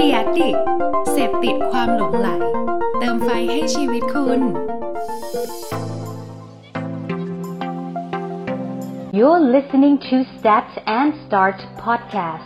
The Addict เสพติดความหลงใหลเติมไฟให้ชีวิตคุณ You're listening to Stat and Start podcast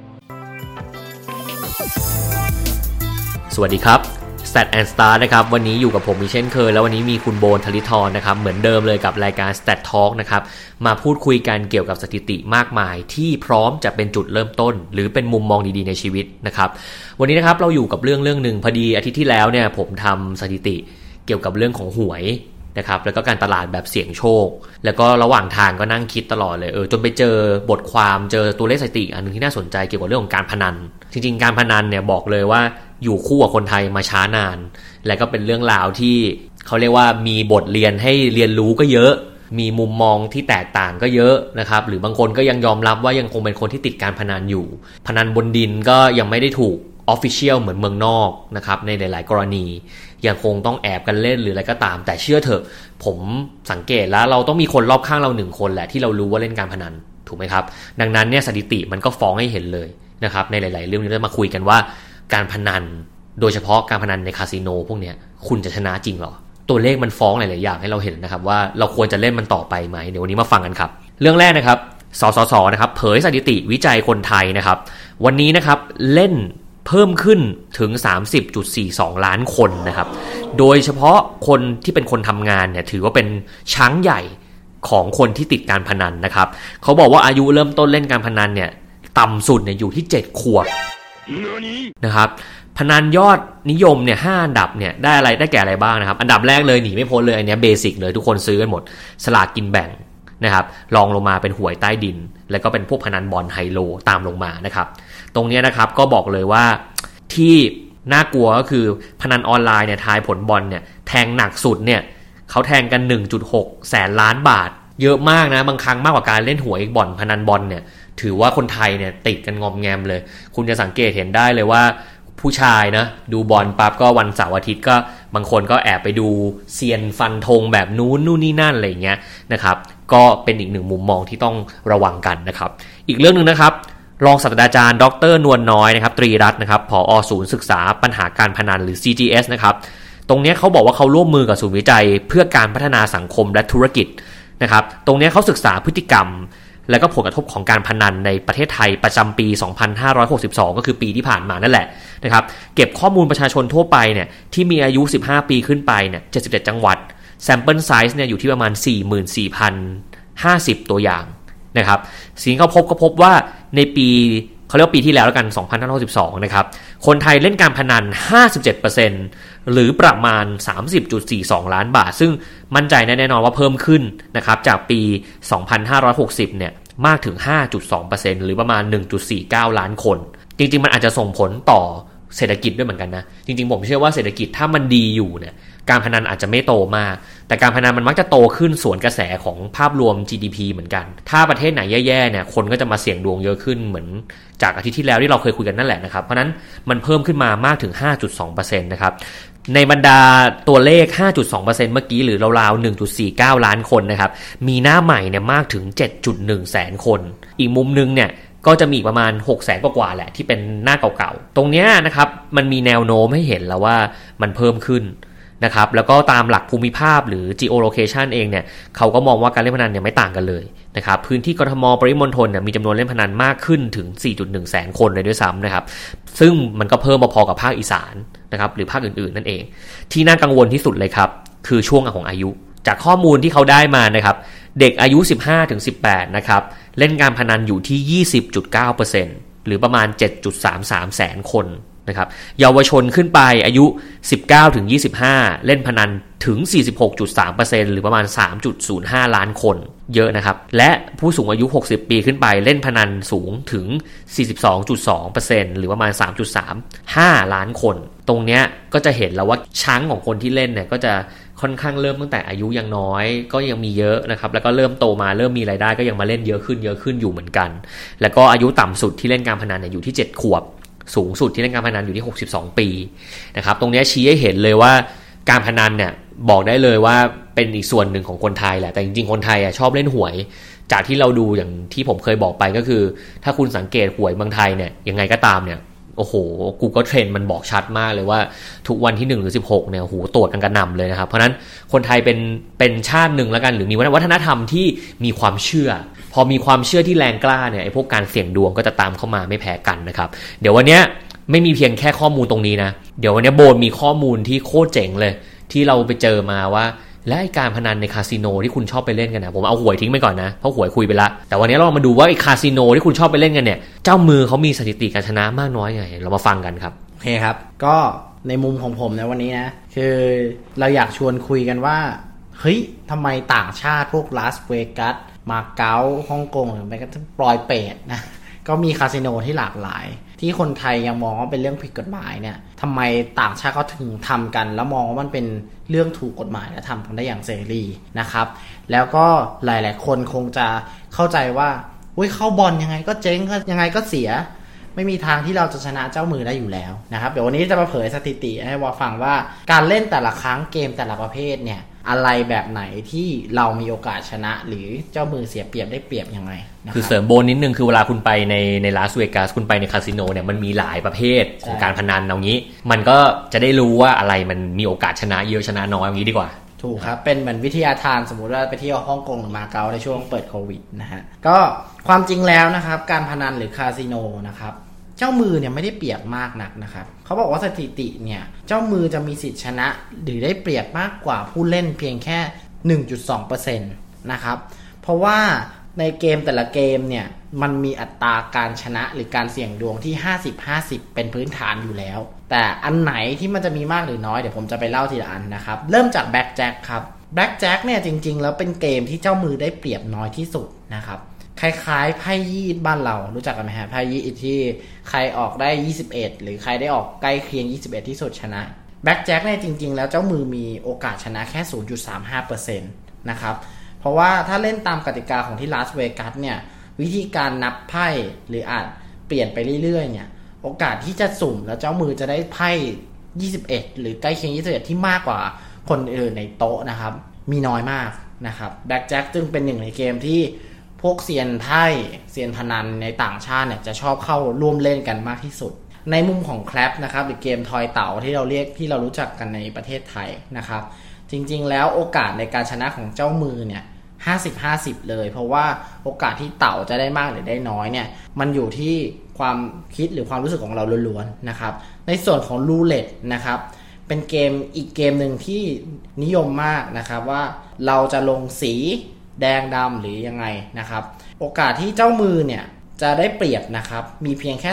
สวัสดีครับ Stat and Start นะครับวันนี้อยู่กับผมมีเช่นเคยแล้ววันนี้มีคุณโบนธลิธรนะครับเหมือนเดิมเลยกับรายการ Stat Talk นะครับมาพูดคุยกันเกี่ยวกับสถิติมากมายที่พร้อมจะเป็นจุดเริ่มต้นหรือเป็นมุมมองดีๆในชีวิตนะครับวันนี้นะครับเราอยู่กับเรื่องนึงพอดีอาทิตย์ที่แล้วเนี่ยผมทำสถิติเกี่ยวกับเรื่องของหวยนะครับแล้วก็การตลาดแบบเสี่ยงโชคแล้วก็ระหว่างทางก็นั่งคิดตลอดเลยจนไปเจอบทความเจอตัวเลขสถิติอันนึงที่น่าสนใจเกี่ยวกับเรื่องของการพนันจริงๆการพนันเนี่ยบอกเลยว่าอยู่คู่กับคนไทยมาช้านานและก็เป็นเรื่องราวที่เขาเรียกว่ามีบทเรียนให้เรียนรู้ก็เยอะมีมุมมองที่แตกต่างก็เยอะนะครับหรือบางคนก็ยังยอมรับว่ายังคงเป็นคนที่ติดการพนันอยู่พนันบนดินก็ยังไม่ได้ถูกofficial เหมือนเมืองนอกนะครับในหลายๆกรณียังคงต้องแอบกันเล่นหรืออะไรก็ตามแต่เชื่อเถอะผมสังเกตแล้วเราต้องมีคนรอบข้างเรา1คนแหละที่เรารู้ว่าเล่นการพนันถูกไหมครับดังนั้นเนี่ยสถิติมันก็ฟ้องให้เห็นเลยนะครับในหลายๆเรื่องนี้เรามาคุยกันว่าการพนันโดยเฉพาะการพนันในคาสิโนพวกเนี้ยคุณจะชนะจริงหรอตัวเลขมันฟ้องหลายๆอย่างให้เราเห็นนะครับว่าเราควรจะเล่นมันต่อไปไหมเดี๋ยววันนี้มาฟังกันครับเรื่องแรกนะครับสสสนะครับเผยสถิติวิจัยคนไทยนะครับวันนี้นะครับเล่นเพิ่มขึ้นถึง 30.42 ล้านคนนะครับโดยเฉพาะคนที่เป็นคนทำงานเนี่ยถือว่าเป็นช้างใหญ่ของคนที่ติดการพนันนะครับเขาบอกว่าอายุเริ่มต้นเล่นการพนันเนี่ยต่ำสุดเนี่ยอยู่ที่7ขวบนะครับพนันยอดนิยมเนี่ย5อันดับเนี่ยได้แก่อะไรบ้างนะครับอันดับแรกเลยหนีไม่พ้นเลยอันนี้เบสิกเลยทุกคนซื้อกันหมดสลากกินแบ่งนะครับรองลงมาเป็นหวยใต้ดินแล้วก็เป็นพวกพนันบอลไฮโลตามลงมานะครับตรงนี้นะครับก็บอกเลยว่าที่น่ากลัวก็คือพนันออนไลน์เนี่ยทายผลบอลเนี่ยแทงหนักสุดเนี่ยเขาแทงกัน 1.6 แสนล้านบาทเยอะมากนะบางครั้งมากกว่าการเล่นหวยบ่อนพนันบอลเนี่ยถือว่าคนไทยเนี่ยติดกันงอมแงมเลยคุณจะสังเกตเห็นได้เลยว่าผู้ชายนะดูบอลปั๊บก็วันเสาร์อาทิตย์ก็บางคนก็แอบไปดูเซียนฟันธงแบบนู่นนี่นั่นอะไรอย่างเงี้ยนะครับก็เป็นอีกหนึ่งมุมมองที่ต้องระวังกันนะครับอีกเรื่องนึงนะครับรองศาสตราจารย์ดร.นวลน้อยนะครับตรีรัตน์นะครับผอ.ศูนย์ศึกษาปัญหาการพนันหรือ CGS นะครับตรงนี้เขาบอกว่าเขาร่วมมือกับศูนย์วิจัยเพื่อการพัฒนาสังคมและธุรกิจนะครับตรงนี้เขาศึกษาพฤติกรรมและก็ผลกระทบของการพนันในประเทศไทยประจำปี 2562 ก็คือปีที่ผ่านมานั่นแหละนะครับเก็บข้อมูลประชาชนทั่วไปเนี่ยที่มีอายุ15ปีขึ้นไปเนี่ย77จังหวัด sample size เนี่ยอยู่ที่ประมาณ 44,050 ตัวอย่างนะครับสิ่งที่เขาพบว่าในปีเขาเรียกว่าปีที่แล้วกัน2562นะครับคนไทยเล่นการพนัน 57% หรือประมาณ 30.42 ล้านบาทซึ่งมั่นใจแน่นอนว่าเพิ่มขึ้นนะครับจากปี 2560 เนี่ยมากถึง 5.2% หรือประมาณ 1.49 ล้านคนจริงๆมันอาจจะส่งผลต่อเศรษฐกิจด้วยเหมือนกันนะจริงๆผมเชื่อว่าเศรษฐกิจถ้ามันดีอยู่เนี่ยการพนันอาจจะไม่โตมากแต่การพนันมันมักจะโตขึ้นสวนกระแสของภาพรวม GDP เหมือนกันถ้าประเทศไหนแย่ๆเนี่ยคนก็จะมาเสี่ยงดวงเยอะขึ้นเหมือนจากอาทิตย์ที่แล้วที่เราเคยคุยกันนั่นแหละนะครับเพราะนั้นมันเพิ่มขึ้นมามากถึง 5.2% นะครับในบรรดาตัวเลข 5.2% เมื่อกี้หรือราวๆ 1.49 ล้านคนนะครับมีหน้าใหม่เนี่ยมากถึง 7.1 แสนคนอีกมุมนึงเนี่ยก็จะมีประมาณ 600,000 กว่าแหละที่เป็นหน้าเก่าๆตรงนี้นะครับมันมีแนวโน้มให้เห็นแล้วว่ามันเพิ่มขึ้นนะครับแล้วก็ตามหลักภูมิภาคหรือ geolocation เองเนี่ยเขาก็มองว่าการเล่นพนันเนี่ยไม่ต่างกันเลยนะครับพื้นที่กทมปริมณฑลเนี่ยมีจำนวนเล่นพนันมากขึ้นถึง 4.1 แสนคนเลยด้วยซ้ำนะครับซึ่งมันก็เพิ่มพอๆกับภาคอีสานนะครับหรือภาคอื่นๆนั่นเองที่น่ากังวลที่สุดเลยครับคือช่วงของอายุจากข้อมูลที่เขาได้มานะครับเด็กอายุ 15-18 นะครับเล่นการพนันอยู่ที่ 20.9% หรือประมาณ 7.33 แสนคนนะครับเยาวชนขึ้นไปอายุ 19-25 เล่นพนันถึง 46.3% หรือประมาณ 3.05 ล้านคนเยอะนะครับและผู้สูงอายุ60ปีขึ้นไปเล่นพนันสูงถึง 42.2% หรือประมาณ 3.35 ล้านคนตรงเนี้ยก็จะเห็นแล้วว่าชั้นของคนที่เล่นเนี่ยก็จะค่อนข้างเริ่มตั้งแต่อายุยังน้อยก็ยังมีเยอะนะครับแล้วก็เริ่มโตมาเริ่มมีรายได้ก็ยังมาเล่นเยอะขึ้นอยู่เหมือนกันแล้วก็อายุต่ำสุดที่เล่นการพนันเนี่ยอยู่ที่7ขวบสูงสุดที่เล่นการพนันอยู่ที่62ปีนะครับตรงนี้ชี้ให้เห็นเลยว่าการพนันเนี่ยบอกได้เลยว่าเป็นอีกส่วนหนึ่งของคนไทยแหละแต่จริงๆคนไทยชอบเล่นหวยจากที่เราดูอย่างที่ผมเคยบอกไปก็คือถ้าคุณสังเกตหวยเมืองไทยเนี่ยยังไงก็ตามเนี่ยโอ้โห Google Trend มันบอกชัดมากเลยว่าทุกวันที่1หรือ16เนี่ยโอ้โหตรวจกันกระหน่ำเลยนะครับเพราะนั้นคนไทยเป็นชาติหนึ่งแล้วกันหรือมีวัฒนธรรมที่มีความเชื่อพอมีความเชื่อที่แรงกล้าเนี่ยไอ้พวกการเสี่ยงดวงก็จะตามเข้ามาไม่แพ้กันนะครับเดี๋ยววันนี้ไม่มีเพียงแค่ข้อมูลตรงนี้นะเดี๋ยววันนี้โบนมีข้อมูลที่โคตรเจ๋งเลยที่เราไปเจอมาว่าและไอ้การพนันในคาสิโนที่คุณชอบไปเล่นกันนะผมเอาหวยทิ้งไปก่อนนะเพราะหวยคุยไปละแต่วันนี้เรามาดูว่าไอ้คาสิโนที่คุณชอบไปเล่นกันเนี่ยเจ้ามือเขามีสถิติการชนะมากน้อยยังไงเรามาฟังกันครับโอเคครับก็ในมุมของผมในวันนี้นะคือเราอยากชวนคุยกันว่าเฮ้ยทำไมต่างชาติพวกลาสเวกัสมาเก๊าฮ่องกงหรือแม้กระทั่งปลอยเปตนะก็มีคาสิโนที่หลากหลายที่คนไทยยังมองว่าเป็นเรื่องผิดกฎหมายเนี่ยทำไมต่างชาติเขาถึงทำกันแล้วมองว่ามันเป็นเรื่องถูกกฎหมายและทำกันได้อย่างเสรีนะครับแล้วก็หลายๆคนคงจะเข้าใจว่าเข้าบอลยังไงก็เจ๊งยังไงก็เสียไม่มีทางที่เราจะชนะเจ้ามือได้อยู่แล้วนะครับเดี๋ยววันนี้จะมาเผยสถิติให้ว่าฟังว่าการเล่นแต่ละครั้งเกมแต่ละประเภทเนี่ยอะไรแบบไหนที่เรามีโอกาสชนะหรือเจ้ามือเสียเปรียบได้เปรียบยังไงคือเสริมโบนนิดนึงคือเวลาคุณไปในลาสเวกัสคุณไปในคาสิโนเนี่ยมันมีหลายประเภทของการพนันเอางี้มันก็จะได้รู้ว่าอะไรมันมีโอกาสชนะเยอะชนะน้อยอย่างนี้ดีกว่าถูกครับเป็นเหมือนวิทยาทานสมมุติว่าไปเที่ยวฮ่องกงหรือมาเก๊าในช่วงเปิดโควิดนะฮะก็ความจริงแล้วนะครับการพนันหรือคาสิโนนะครับเจ้ามือเนี่ยไม่ได้เปรียบมากนักนะครับเขาบอกว่าสถิติเนี่ยเจ้ามือจะมีสิทธิชนะหรือได้เปรียบมากกว่าผู้เล่นเพียงแค่ 1.2% นะครับเพราะว่าในเกมแต่ละเกมเนี่ยมันมีอัตราการชนะหรือการเสี่ยงดวงที่ 50-50 เป็นพื้นฐานอยู่แล้วแต่อันไหนที่มันจะมีมากหรือน้อยเดี๋ยวผมจะไปเล่าทีละอันนะครับเริ่มจากแบล็คแจ็คครับแบล็คแจ็คเนี่ยจริงๆแล้วเป็นเกมที่เจ้ามือได้เปรียบน้อยที่สุดนะครับคล้ายๆไพ่ยีดบ้านเรารู้จักกันไหมฮะไพ่ยีดที่ใครออกได้21หรือใครได้ออกใกล้เคียง21ที่สุดชนะแบล็คแจ็คเนี่ยจริงๆแล้วเจ้ามือมีโอกาสชนะแค่ 0.35% นะครับเพราะว่าถ้าเล่นตามกติกาของที่ลาสเวกัสเนี่ยวิธีการนับไพ่หรืออาจเปลี่ยนไปเรื่อยๆเนี่ยโอกาสที่จะสุ่มแล้วเจ้ามือจะได้ไพ่21หรือใกล้เคียง21ที่มากกว่าคนอื่นในโต๊ะนะครับมีน้อยมากนะครับแบล็คแจ็คจึงเป็นหนึ่งในเกมที่พวกเซียนไพ่เซียนพนันในต่างชาติเนี่ยจะชอบเข้าร่วมเล่นกันมากที่สุดในมุมของแคลปนะครับหรือเกมทอยเต๋าที่เราเรียกที่เรารู้จักกันในประเทศไทยนะครับจริงๆแล้วโอกาสในการชนะของเจ้ามือเนี่ย50-50เลยเพราะว่าโอกาสที่เต่าจะได้มากหรือได้น้อยเนี่ยมันอยู่ที่ความคิดหรือความรู้สึกของเราล้วนๆนะครับในส่วนของรูเล็ตนะครับเป็นเกมอีกเกมหนึ่งที่นิยมมากนะครับว่าเราจะลงสีแดงดำหรือยังไงนะครับโอกาสที่เจ้ามือเนี่ยจะได้เปรียบนะครับมีเพียงแค่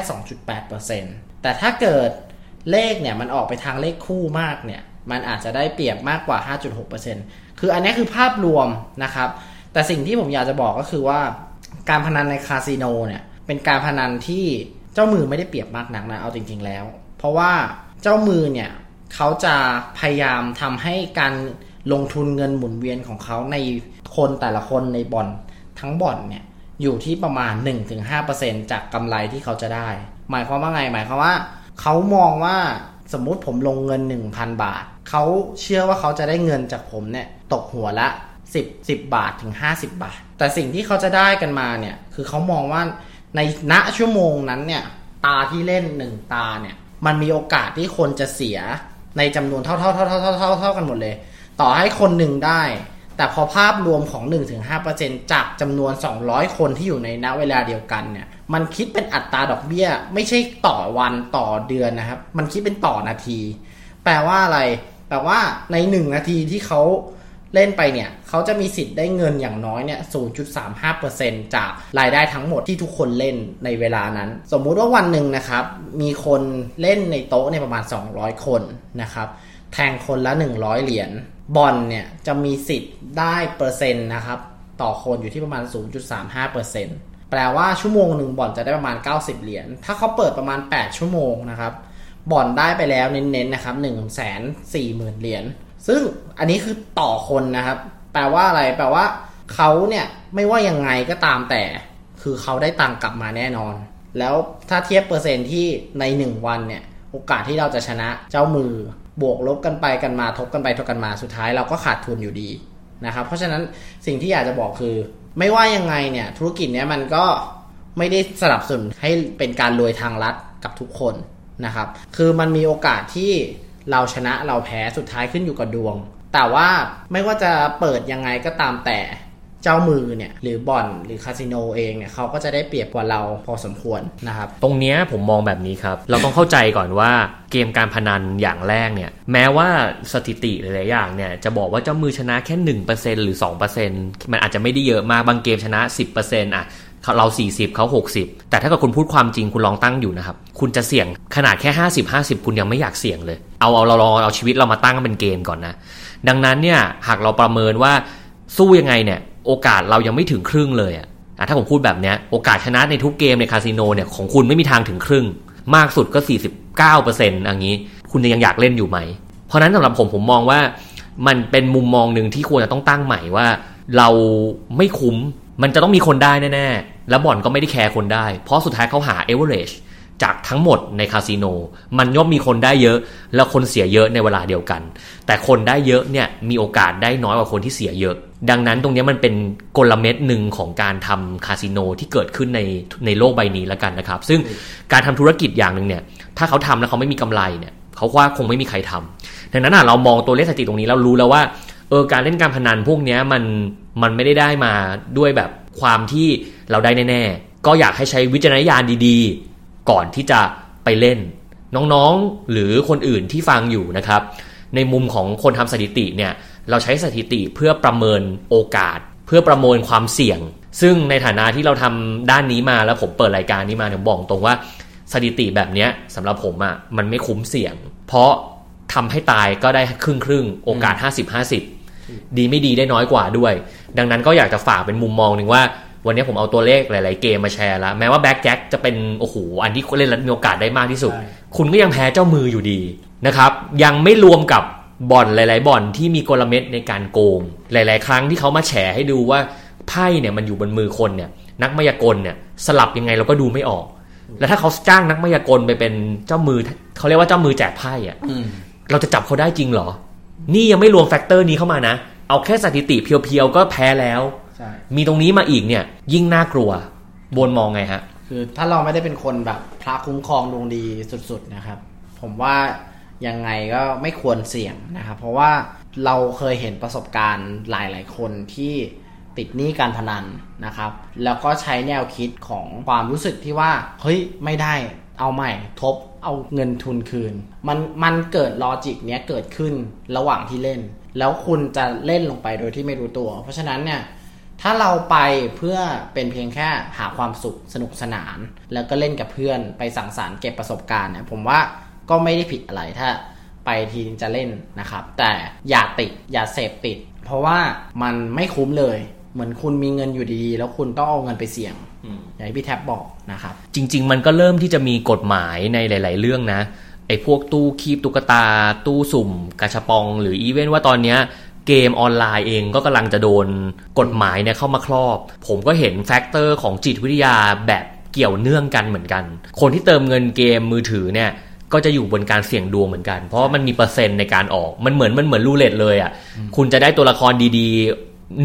2.8% แต่ถ้าเกิดเลขเนี่ยมันออกไปทางเลขคู่มากเนี่ยมันอาจจะได้เปรียบมากกว่า 5.6% คืออันนี้คือภาพรวมนะครับแต่สิ่งที่ผมอยากจะบอกก็คือว่าการพนันในคาสิโนเนี่ยเป็นการพนันที่เจ้ามือไม่ได้เปรียบมากนักนะเอาจริงๆแล้วเพราะว่าเจ้ามือเนี่ยเขาจะพยายามทำให้การลงทุนเงินหมุนเวียนของเขาในคนแต่ละคนในบ่อนทั้งบ่อนเนี่ยอยู่ที่ประมาณ 1-5% จากกำไรที่เขาจะได้หมายความว่าไงหมายความว่าเขามองว่าสมมุติผมลงเงิน 1,000 บาทเขาเชื่อว่าเขาจะได้เงินจากผมเนี่ยตกหัวละ10 บาทถึง50 บาทแต่สิ่งที่เขาจะได้กันมาเนี่ยคือเขามองว่าในณชั่วโมงนั้นเนี่ยตาที่เล่น1ตาเนี่ยมันมีโอกาสที่คนจะเสียในจำนวนเท่ากันหมดเลยต่อให้คนหนึ่งได้แต่พอภาพรวมของ 1-5% จากจำนวน200คนที่อยู่ในณเวลาเดียวกันเนี่ยมันคิดเป็นอัตราดอกเบี้ยไม่ใช่ต่อวันต่อเดือนนะครับมันคิดเป็นต่อนาทีแปลว่าอะไรแปลว่าใน1นาทีที่เขาเล่นไปเนี่ยเขาจะมีสิทธิ์ได้เงินอย่างน้อยเนี่ย 0.35% จากรายได้ทั้งหมดที่ทุกคนเล่นในเวลานั้นสมมุติว่าวันหนึ่งนะครับมีคนเล่นในโต๊ะเนี่ยประมาณ200คนนะครับแทงคนละ100เหรียญบอลเนี่ยจะมีสิทธิ์ได้เปอร์เซ็นต์นะครับต่อคนอยู่ที่ประมาณ 0.35% แปลว่าชั่วโมงหนึ่งบอลจะได้ประมาณ90เหรียญถ้าเขาเปิดประมาณ8ชั่วโมงนะครับบอลได้ไปแล้วเน้นๆนะครับ 140,000 เหรียญซึ่งอันนี้คือต่อคนนะครับแปลว่าอะไรแปลว่าเขาเนี่ยไม่ว่ายังไงก็ตามแต่คือเขาได้ตังค์กลับมาแน่นอนแล้วถ้าเทียบเปอร์เซ็นต์ที่ใน1วันเนี่ยโอกาสที่เราจะชนะเจ้ามือบวกลบกันไปกันมาทบกันไปทบกันมาสุดท้ายเราก็ขาดทุนอยู่ดีนะครับเพราะฉะนั้นสิ่งที่อยากจะบอกคือไม่ว่ายังไงเนี่ยธุรกิจเนี้ยมันก็ไม่ได้สนับสนุนให้เป็นการรวยทางลัดกับทุกคนนะครับคือมันมีโอกาสที่เราชนะเราแพ้สุดท้ายขึ้นอยู่กับดวงแต่ว่าไม่ว่าจะเปิดยังไงก็ตามแต่เจ้ามือเนี่ยหรือบ่อนหรือคาสิโนเองเนี่ยเขาก็จะได้เปรียบกว่าเราพอสมควรนะครับตรงนี้ผมมองแบบนี้ครับเราต้องเข้าใจก่อนว่าเกมการพนันอย่างแรกเนี่ยแม้ว่าสถิติหลายๆอย่างเนี่ยจะบอกว่าเจ้ามือชนะแค่ 1% หรือ 2% มันอาจจะไม่ได้เยอะมากบางเกมชนะ 10% อ่ะเรา40เขา60แต่ถ้าเกิดคุณพูดความจริงคุณลองตั้งอยู่นะครับคุณจะเสี่ยงขนาดแค่50-50คุณยังไม่อยากเสี่ยงเลยเอาชีวิตเรามาตั้งเป็นเกมก่อนนะดังนั้นเนี่ยหากเราประเมินว่าสู้ยังไงเนี่ยโอกาสเรายังไม่ถึงครึ่งเลยอ่ะถ้าผมพูดแบบเนี้ยโอกาสชนะในทุกเกมในคาสิโนเนี่ยของคุณไม่มีทางถึงครึ่งมากสุดก็ 49% อย่างนี้คุณยังอยากเล่นอยู่ไหมเพราะนั้นสำหรับผมมองว่ามันเป็นมุมมองนึงที่ควรจะต้องตั้งใหม่ว่าเราไม่คุ้มมันจะต้องมีคนได้แน่ๆแล้วบ่อนก็ไม่ได้แคร์คนได้เพราะสุดท้ายเขาหา average จากทั้งหมดในคาสิโนมันย่อมมีคนได้เยอะแล้วคนเสียเยอะในเวลาเดียวกันแต่คนได้เยอะเนี่ยมีโอกาสได้น้อยกว่าคนที่เสียเยอะดังนั้นตรงนี้มันเป็นกลเม็ดหนึ่งของการทำคาสิโนที่เกิดขึ้นในโลกใบนี้แล้วกันนะครับซึ่งการทำธุรกิจอย่างนึงเนี่ยถ้าเขาทำแล้วเขาไม่มีกำไรเนี่ยเขาว่าคงไม่มีใครทำดังนั้นเรามองตัวเลขสถิติตรงนี้แล้วรู้แล้วว่าการเล่นการพนันพวกนี้มันไม่ได้มาด้วยแบบความที่เราได้แน่ๆก็อยากให้ใช้วิจารณญาณดีๆก่อนที่จะไปเล่นน้องๆหรือคนอื่นที่ฟังอยู่นะครับในมุมของคนทำสถิติเนี่ยเราใช้สถิติเพื่อประเมินโอกาสเพื่อประเมินความเสี่ยงซึ่งในฐานะที่เราทำด้านนี้มาแล้วผมเปิดรายการนี้มาผมบอกตรงว่าสถิติแบบนี้สำหรับผมมันไม่คุ้มเสี่ยงเพราะทำให้ตายก็ได้ครึ่งโอกาส 50-50 ดีไม่ดีได้น้อยกว่าด้วยดังนั้นก็อยากจะฝากเป็นมุมมองนึงว่าวันนี้ผมเอาตัวเลขหลายๆเกมมาแชร์แล้วแม้ว่าแบ็คแจ็คจะเป็นอันที่เล่นแล้วมีโอกาสได้มากที่สุดคุณก็ยังแพ้เจ้ามืออยู่ดีนะครับยังไม่รวมกับบ่อนหลายๆบ่อนที่มีกลเม็ดในการโกงหลายๆครั้งที่เขามาแฉให้ดูว่าไพ่เนี่ยมันอยู่บนมือคนเนี่ยนักมายากลเนี่ยสลับยังไงเราก็ดูไม่ออกแล้วถ้าเขาจ้างนักมายากลไปเป็นเจ้ามือเขาเรียกว่าเจ้ามือแจกไพ่เราจะจับเขาได้จริงเหรอนี่ยังไม่รวมแฟกเตอร์นี้เข้ามานะเอาแค่สถิติเพียวๆก็แพ้แล้วมีตรงนี้มาอีกเนี่ยยิ่งน่ากลัวบนมองไงฮะคือถ้าเราไม่ได้เป็นคนแบบพระคุ้มครองดวงดีสุดๆนะครับผมว่ายังไงก็ไม่ควรเสี่ยงนะครับเพราะว่าเราเคยเห็นประสบการณ์หลายๆคนที่ติดหนี้การพนันนะครับแล้วก็ใช้แนวคิดของความรู้สึกที่ว่าเฮ้ยไม่ได้เอาใหม่ทบเอาเงินทุนคืนมันเกิดลอจิกเนี้ยเกิดขึ้นระหว่างที่เล่นแล้วคุณจะเล่นลงไปโดยที่ไม่รู้ตัวเพราะฉะนั้นเนี่ยถ้าเราไปเพื่อเป็นเพียงแค่หาความสุขสนุกสนานแล้วก็เล่นกับเพื่อนไปสังสรรค์เก็บประสบการณ์เนี่ยผมว่าก็ไม่ได้ผิดอะไรถ้าไปทีนึงจะเล่นนะครับแต่อย่าเสพติดเพราะว่ามันไม่คุ้มเลยเหมือนคุณมีเงินอยู่ดีๆแล้วคุณต้องเอาเงินไปเสี่ยงอย่างที่พี่แท็บบอกนะครับจริงๆมันก็เริ่มที่จะมีกฎหมายในหลายๆเรื่องนะไอ้พวกตู้คีบตุ๊กตาตู้สุ่มกาชาปองหรืออีเวนต์ว่าตอนเนี้ยเกมออนไลน์เองก็กำลังจะโดนกฎหมายเนี่ยเข้ามาครอบผมก็เห็นแฟกเตอร์ของจิตวิทยาแบบเกี่ยวเนื่องกันเหมือนกันคนที่เติมเงินเกมมือถือเนี่ยก็จะอยู่บนการเสี่ยงดวงเหมือนกันเพราะมันมีเปอร์เซ็นต์ในการออกมันเหมือนรูเล็ตเลยคุณจะได้ตัวละครดีๆ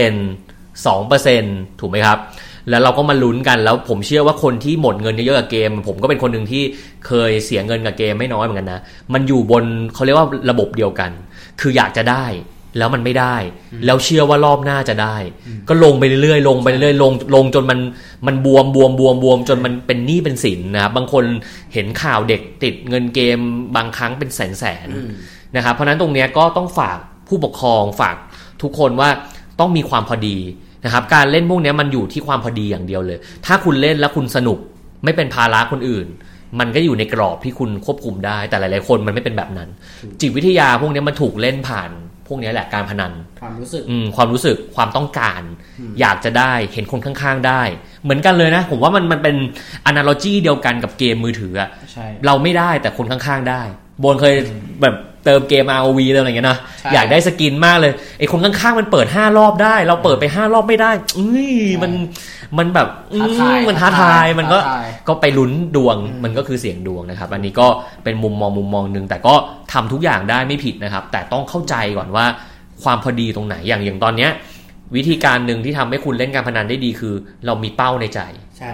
1% 2% ถูกไหมครับแล้วเราก็มาลุ้นกันแล้วผมเชื่อว่าคนที่หมดเงินเยอะกับเกมผมก็เป็นคนหนึ่งที่เคยเสียเงินกับเกมไม่น้อยเหมือนกันนะมันอยู่บนเขาเรียกว่าระบบเดียวกันคืออยากจะได้แล้วมันไม่ได้แล้วเชื่อว่ารอบหน้าจะได้ก็ลงไปเรื่อยๆลงไปเรื่อยๆลงจนมันบวมจนมันเป็นหนี้เป็นสินนะครับบางคนเห็นข่าวเด็กติดเงินเกมบางครั้งเป็นแสนนะครับเพราะนั้นตรงนี้ก็ต้องฝากผู้ปกครองฝากทุกคนว่าต้องมีความพอดีนะครับการเล่นพวกนี้มันอยู่ที่ความพอดีอย่างเดียวเลยถ้าคุณเล่นแล้วคุณสนุกไม่เป็นภาระคนอื่นมันก็อยู่ในกรอบที่คุณควบคุมได้แต่หลายๆคนมันไม่เป็นแบบนั้นจิตวิทยาพวกนี้มันถูกเล่นผ่านพวกนี้แหละการพนันความรู้สึกความต้องการอยากจะได้เห็นคนข้างๆได้เหมือนกันเลยนะผมว่ามันเป็น analogy เดียวกันกับเกมมือถืออะเราไม่ได้แต่คนข้างๆได้โบนเคยแบบเติมเกม ROV เติมอะไรอย่างเงี้ยนะอยากได้สกินมากเลยไอ้คนข้างๆมันเปิด5รอบได้เราเปิดไป5รอบไม่ได้มันแบบมันท้าทายมันก็ไปลุ้นดวงมันก็คือเสี่ยงดวงนะครับอันนี้ก็เป็นมุมมองนึงแต่ก็ทำทุกอย่างได้ไม่ผิดนะครับแต่ต้องเข้าใจก่อนว่าความพอดีตรงไหนอย่างตอนเนี้ยวิธีการนึงที่ทำให้คุณเล่นการพนันได้ดีคือเรามีเป้าในใจ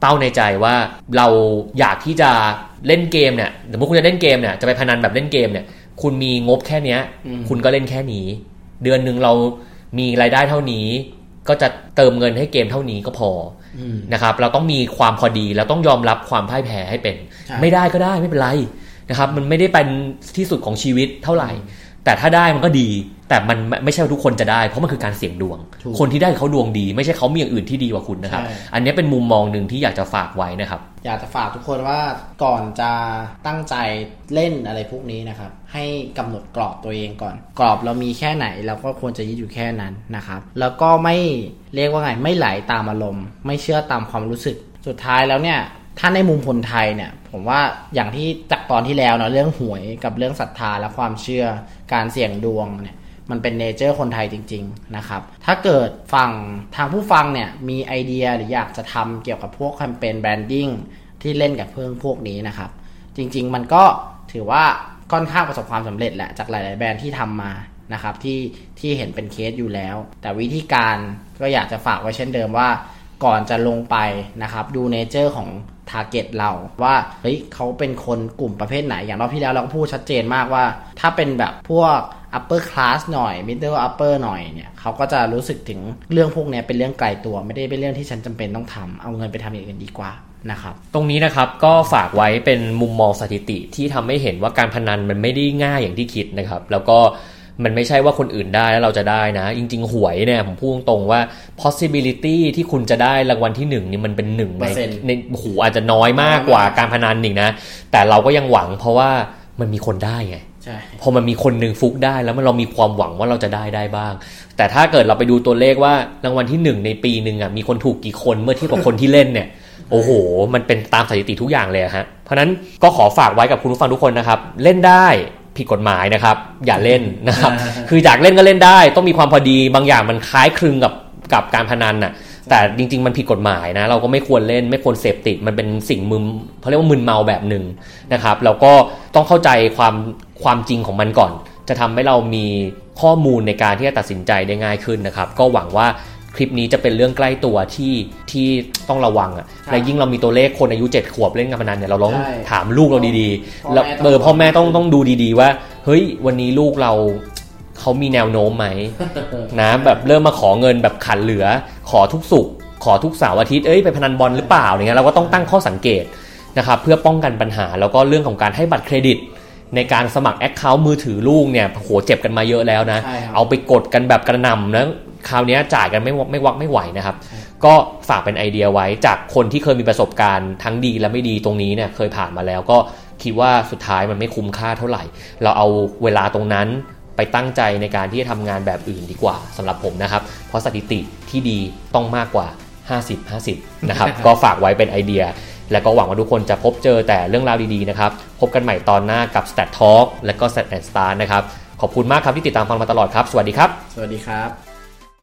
เป้าในใจว่าเราอยากที่จะเล่นเกมเนี่ยสมมติคุณจะเล่นเกมเนี่ยจะไปพนันแบบเล่นเกมเนี่ยคุณมีงบแค่นี้คุณก็เล่นแค่นี้เดือนนึงเรามีรายได้เท่านี้ก็จะเติมเงินให้เกมเท่านี้ก็พอนะครับเราต้องมีความพอดีแล้วต้องยอมรับความพ่ายแพ้ให้เป็นไม่ได้ก็ได้ไม่เป็นไรนะครับมันไม่ได้เป็นที่สุดของชีวิตเท่าไหร่แต่ถ้าได้มันก็ดีแต่มันไม่ใช่ทุกคนจะได้เพราะมันคือการเสี่ยงดวงคนที่ได้เขาดวงดีไม่ใช่เขามีอย่างอื่นที่ดีกว่าคุณนะครับอันนี้เป็นมุมมองนึงที่อยากจะฝากไว้นะครับอยากจะฝากทุกคนว่าก่อนจะตั้งใจเล่นอะไรพวกนี้นะครับให้กำหนดกรอบตัวเองก่อนกรอบเรามีแค่ไหนเราก็ควรจะยึดอยู่แค่นั้นนะครับแล้วก็ไม่เรียกว่าไงไม่ไหลตามอารมณ์ไม่เชื่อตามความรู้สึกสุดท้ายแล้วเนี่ยถ้าในมุมคนไทยเนี่ยผมว่าอย่างที่จากตอนที่แล้วเนาะเรื่องหวยกับเรื่องศรัทธาและความเชื่อการเสี่ยงดวงเนี่ยมันเป็นเนเจอร์คนไทยจริงๆนะครับถ้าเกิดฝั่งทางผู้ฟังเนี่ยมีไอเดียหรืออยากจะทำเกี่ยวกับพวกแคมเปญแบรนดิ้งที่เล่นกับเพื่อนพวกนี้นะครับจริงๆมันก็ถือว่าค่อนข้างประสบความสำเร็จแหละจากหลายๆแบรนด์ที่ทำมานะครับที่เห็นเป็นเคสอยู่แล้วแต่วิธีการก็อยากจะฝากไว้เช่นเดิมว่าก่อนจะลงไปนะครับดูเนเจอร์ของทาร์เก็ตเราว่าเฮ้ยเขาเป็นคนกลุ่มประเภทไหนอย่างรอบที่แล้วเราก็พูดชัดเจนมากว่าถ้าเป็นแบบพวก upper class หน่อย middle upper หน่อยเนี่ยเขาก็จะรู้สึกถึงเรื่องพวกนี้เป็นเรื่องไกลตัวไม่ได้เป็นเรื่องที่ฉันจำเป็นต้องทำเอาเงินไปทำอย่างอื่นดีกว่านะครับตรงนี้นะครับก็ฝากไว้เป็นมุมมองสถิติที่ทำให้เห็นว่าการพนันมันไม่ได้ง่ายอย่างที่คิดนะครับแล้วก็มันไม่ใช่ว่าคนอื่นได้แล้วเราจะได้นะจริงๆหวยเนี่ยผมพูดตรงๆว่า possibility ที่คุณจะได้รางวัลที่1นี่มันเป็น1ในหูอาจจะน้อยมากกว่าการพนันอีกนะแต่เราก็ยังหวังเพราะว่ามันมีคนได้ไงใช่พอมันมีคนนึงฟุกได้แล้วเรามีความหวังว่าเราจะได้บ้างแต่ถ้าเกิดเราไปดูตัวเลขว่ารางวัลที่1ในปีนึงอ่ะมีคนถูกกี่คนเมื่อเทียบกับคนที่เล่นเนี่ยโอ้โหมันเป็นตามสถิติทุกอย่างเลยฮะเพราะนั้นก็ขอฝากไว้กับคุณผู้ฟังทุกคนนะครับเล่นได้ผิดกฎหมายนะครับอย่าเล่นนะครับคืออยากเล่นก็เล่นได้ต้องมีความพอดีบางอย่างมันคล้ายคลึงกับการพนันน่ะแต่จริงๆมันผิดกฎหมายนะเราก็ไม่ควรเล่นไม่ควรเสพติดมันเป็นสิ่งเขาเรียกว่ามึนเมาแบบนึงนะครับแล้วก็ต้องเข้าใจความจริงของมันก่อนจะทำให้เรามีข้อมูลในการที่จะตัดสินใจได้ง่ายขึ้นนะครับก็หวังว่าคลิปนี้จะเป็นเรื่องใกล้ตัวที่ต้องระวังอ่ะและยิ่งเรามีตัวเลขคนอายุ7ขวบเล่นการพนันเนี่ยเราลองถามลูกเราดีๆแล้วพ่อแม่ต้องดูดีๆว่าเฮ้ยวันนี้ลูกเขามีแนวโน้มไหม นะแบบเริ่มมาขอเงินแบบขันเหลือขอทุกศุกร์ขอทุกเสาร์อาทิตย์ไปพนันบอลหรือเปล่าอย่างเงี้ยเราก็ต้องตั้งข้อสังเกตนะครับเพื่อป้องกันปัญหาแล้วก็เรื่องของการให้บัตรเครดิตในการสมัคร account มือถือลูกเนี่ยโหเจ็บกันมาเยอะแล้วนะเอาไปกดกันแบบกระหน่ำนะคราวนี้จ่ายกันไม่ไหวนะครับก็ฝากเป็นไอเดียไว้จากคนที่เคยมีประสบการณ์ทั้งดีและไม่ดีตรงนี้เนี่ยเคยผ่านมาแล้วก็คิดว่าสุดท้ายมันไม่คุ้มค่าเท่าไหร่เราเอาเวลาตรงนั้นไปตั้งใจในการที่จะทำงานแบบอื่นดีกว่าสำหรับผมนะครับเพราะสถิติที่ดีต้องมากกว่า 50-50 นะครับ ก็ฝากไว้เป็นไอเดียและก็หวังว่าทุกคนจะพบเจอแต่เรื่องราวดีๆนะครับพบกันใหม่ตอนหน้ากับ Stat Talk และก็ Stat and Start นะครับขอบคุณมากครับที่ติดตามฟังมาตลอดครับสวัสดีครับสวัสดีครับ